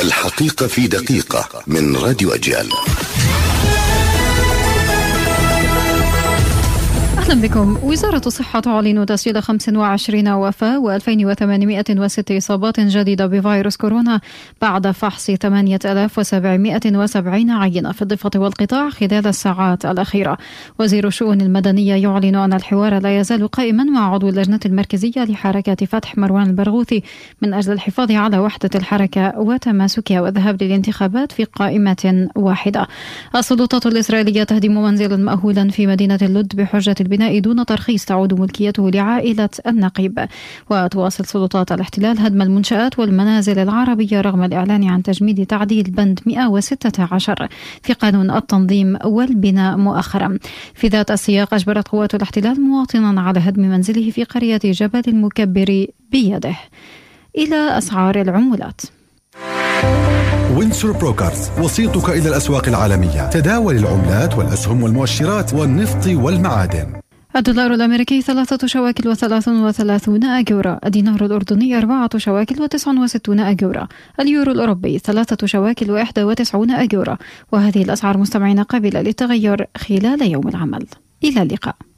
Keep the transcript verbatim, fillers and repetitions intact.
الحقيقة في دقيقة من راديو أجيال. أهلا بكم. وزارة الصحة تعلن تسجيل خمس وعشرين وفاة وألفين وثمانمائة وستة إصابات جديدة بفيروس كورونا بعد فحص ثمانية آلاف وسبعمائة وسبعين عينة في الضفة والقطاع خلال الساعات الأخيرة. وزير الشؤون المدنية يعلن أن الحوار لا يزال قائما مع عضو اللجنة المركزية لحركة فتح مروان البرغوثي من أجل الحفاظ على وحدة الحركة وتماسكها والذهاب للانتخابات في قائمة واحدة. السلطات الإسرائيلية تهدم منزلا مأهولا في مدينة اللد بحجة البناء دون ترخيص تعود ملكيته لعائلة النقيب. وتواصل سلطات الاحتلال هدم المنشآت والمنازل العربية رغم الإعلان عن تجميد تعديل بند مئة وستة عشر في قانون التنظيم والبناء مؤخرا. في ذات السياق أجبرت قوات الاحتلال مواطنا على هدم منزله في قرية جبل المكبر بيده. إلى أسعار العملات. وينسور بروكرز، وسيطك إلى الأسواق العالمية. تداول العملات والأسهم والمؤشرات والنفط والمعادن. الدولار الأمريكي ثلاثة شواكل وثلاث وثلاثون أجورا. الدينار الأردني أربعة شواكل وتسع وستون أجورا. اليورو الأوروبي ثلاثة شواكل وإحدى وتسعون أجورا. وهذه الأسعار مستمعين قابلة للتغير خلال يوم العمل. إلى اللقاء.